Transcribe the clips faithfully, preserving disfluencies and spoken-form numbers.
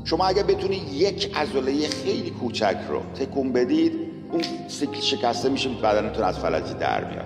شما اگه بتونی یک عضله خیلی کوچک رو تکون بدید، اون سیکل شکسته میشه، بدنتون از فلجی در میاد.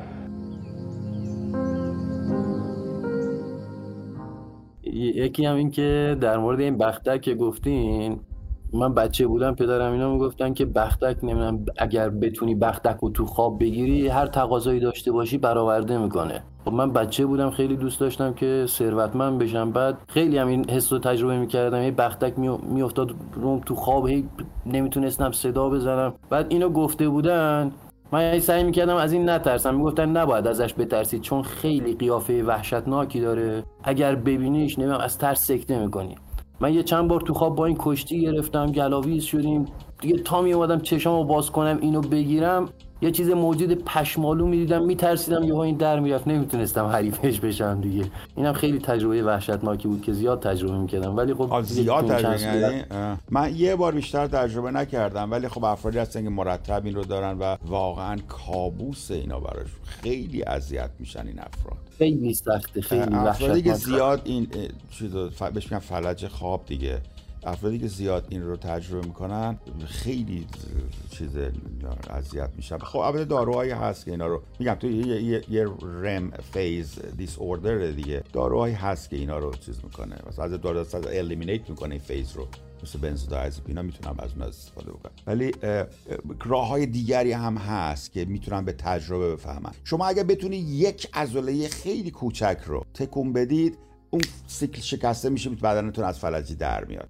یکی هم این که در مورد این بختک که گفتین، من بچه بودم پدرم اینا میگفتن که بختک نمیدونم اگر بتونی بختک رو تو خواب بگیری هر تقاضایی داشته باشی برآورده میکنه. خب من بچه بودم خیلی دوست داشتم که ثروتمند بشم، بعد خیلی هم این حس رو تجربه میکردم، این بختک میافتاد روم تو خواب، هی نمیتونستم صدا بزنم. بعد اینو گفته بودن، من سعی میکردم از این نترسم، میگفتن نباید ازش بترسید چون خیلی قیافه وحشتناکی داره، اگر ببینیش نمیدونم از ترس سکته میکنی. من یه چند بار تو خواب با این کشتی گرفتم، گلاویز شدیم دیگه، تا می اومدم چشامو باز کنم اینو بگیرم یه چیز موجود پشمالو میدیدم، میترسیدم یهو این در میرفت، نمیتونستم حریفش بشم دیگه. اینم خیلی تجربه وحشتناکی بود که زیاد تجربه میکردم، ولی خب زیاد تجربه یعنی من یه بار بیشتر تجربه نکردم، ولی خب افرادی هستن که مرتب این رو دارن و واقعا کابوس اینا براش خیلی اذیت میشن. این افراد خیلی سخته، خیلی وحشتناک. افرادی که زیاد این چیزو بهش میگن فلج خواب دیگه، افرادی که زیاد این رو تجربه میکنن خیلی چیز اذیت میشن. خب البته داروهایی هست که اینا رو میگم تو یه یه, یه رم فیز دیس اوردر دیگه، داروهایی هست که اینا رو چیز میکنه، مثلا از دارو از الیمینیت میکنه این فیز رو، مثل بنزودیازپین اینا میتونن از اون استفاده بکنن. ولی راههای دیگری هم هست که میتونن به تجربه بفهمن. شما اگه بتونی یک عضله خیلی کوچک رو تکون بدید، اون سیکل شکسته میشه، بدنتون از فلجی در میاد.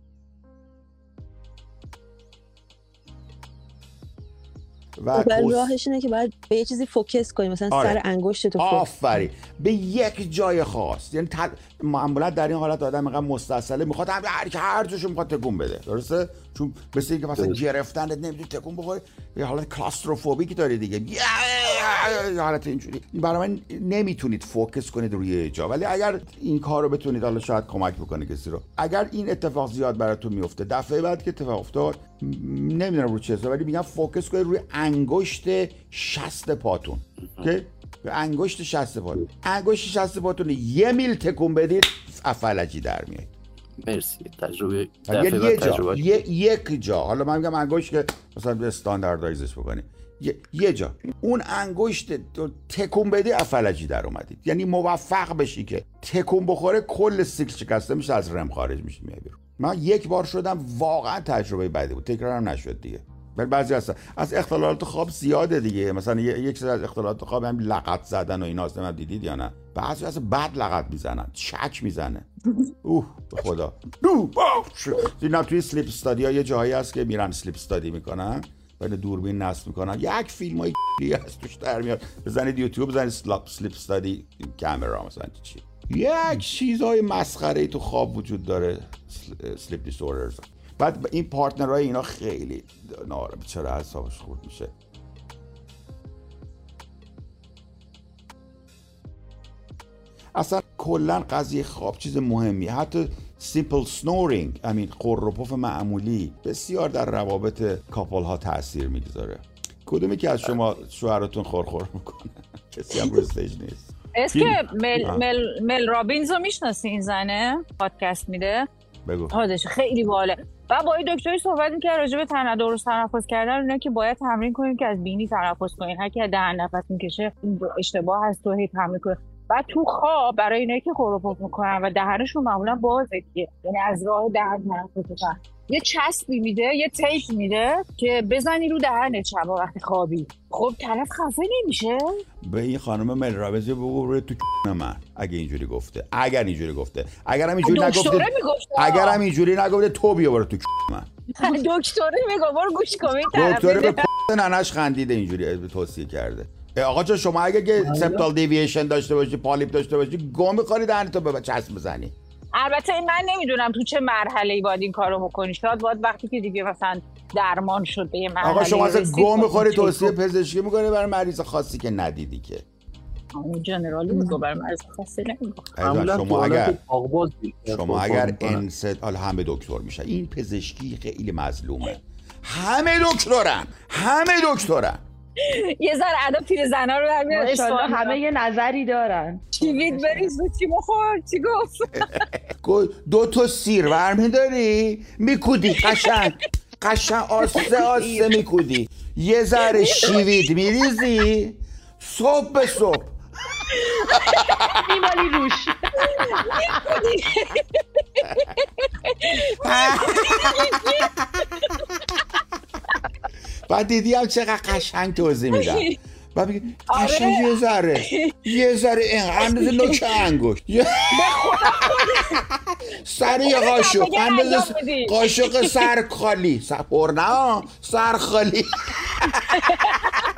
و راهش اینه که باید به یه چیزی فوکس کنی، مثلا آره. سر انگشتتو فوکس. آفرین، به یک جای خاص. یعنی تل... معمولا در این حالت آدم اینقدر مستصله میخواد هر که هر جاشو میخواد تکون بده، درسته؟ چون مثل اینکه مثلا گرفتنت نمیتونی تکون بخوری، یه حالت کلاستروفوبیک داری دیگه، یه حالت اینجوری. برای من نمیتونید فوکس کنید روی جا، ولی اگر این کارو بتونید، حالا شاید کمک بکنه کسی رو. اگر این اتفاق زیاد براتون میفته، دفعه بعد که اتفاق افتاد نمیدونم رو چه حسابی، ولی میگم فوکس کنید روی انگشت شست پاتون، که انگشت شست پاتون، انگشت شست پاتون یه میل تکون بدید، فلجی در میاد. مرسی. تجربه یه یه جا یه یک جا، حالا من میگم انگشت که مثلا استانداردایزش بکنی، یه, یه جا اون انگشت تکون بدی فلجی در اومدید. یعنی موفق بشی که تکون بخوره، کل سیکل شکسته میشه، از رم خارج میشه، میای بیرون. من یک بار شدم، واقعا تجربه بدی بود، تکرارم نشد دیگه. ولی بعضی هستن از اختلالات خواب زیاده دیگه، مثلا یک سری از اختلالات خواب هم لغت زدن و ایناست، نمیدونم دیدید یا نه. بعضی اصلا بد لغت میزنن، شک میزنه. اوه به خدا. اینا توی اسلیپ استادیا یه جایی هست که میرن اسلیپ استادی میکنن، بعد دوربین نصب میکنن، یک فیلمای هست توش در میاد، بزنید یوتیوب، بزنید اسلیپ استادی کامرا مثلا چی، یک چیزای مسخره ای تو خواب وجود داره، اسلیپ دیسوردرز. بعد این پارتنرهای اینا خیلی نارم، چرا اعصابش خورد میشه. اصلا کلا قضیه خواب چیز مهمیه. حتی سیمپل سنورینگ، همین قر و پف معمولی، بسیار در روابط کاپل ها تاثیر میگذاره. کدومی که از شما شوهرتون خورخور میکنه؟ کسی هم رو استیج نیست. اسم مل, مل, مل رابینز رو میشناسی؟ این زنه پادکست میده، بگو. حادش خیلی باله. و با این دکتری صحبت می‌کرد راجع به تن درست تنفس کردن، اونا که باید تمرین کنیم که از بینی تنفس کنیم، هر کی دهن نفس میکشه اشتباه هست تو هی تمرین کنیم. بعد تو خواب برای اینایی که خروپوف میکنن و دهنشون معمولا بازه، یعنی از راه دهن تنفس میکنن، یه چسبی میده، یه تیپ میده که بزنی رو دهنت شبا وقتی خوابی. خب طرف خفه نمیشه. به این خانم مل رابینز بگو روی تو من، اگه اینجوری گفته، اگر اینجوری گفته، اگر هم اینجوری نگفته، اگر هم اینجوری نگفته، تو بیا برو تو من. دکتره میگه برو گوش کن. دکتره به ننش خندیده اینجوری توصیه کرده. آقا چون شما اگه که سپتال دیوییشن داشته باشی، پالیپ داشته باشی، گم می‌کنی دهنتو به چسب بزنی. البته من نمیدونم تو چه مرحله‌ای باید این کارو بکنی. شاید باید وقتی که دیگه مثلا درمان شد به یه مرحله. آقا شما اصلا گم می‌خوری توصیه پزشکی می‌کنی برای مریض خاصی که ندیدی که. اون جنرالی میگه برای مریض خاصی نمیگه. شما اگر شما اگر انسد حالا همه دکتر میشه. این پزشکی خیلی مظلومه. همه دکترن، همه دکترن. یه ذره ادا پیرزنا رو در میاد. ماشاءالله همه یه نظری دارن. چیوید بریز و چی بخور چی گفت. دو تا سیر برمی داری میکودی قشنگ قشنگ آسته آسته میکودی، یه ذره شیوید میریزی صبح به صبح میمالی روش. بعد دیدی هم چقدر قشنگ توضیح میدم. بعد بگی قشنگ یه ذره یه ذره این اندازه نوک انگشت سر یه قاشق اندازه قاشق سر خالی سر پر نه سر خالی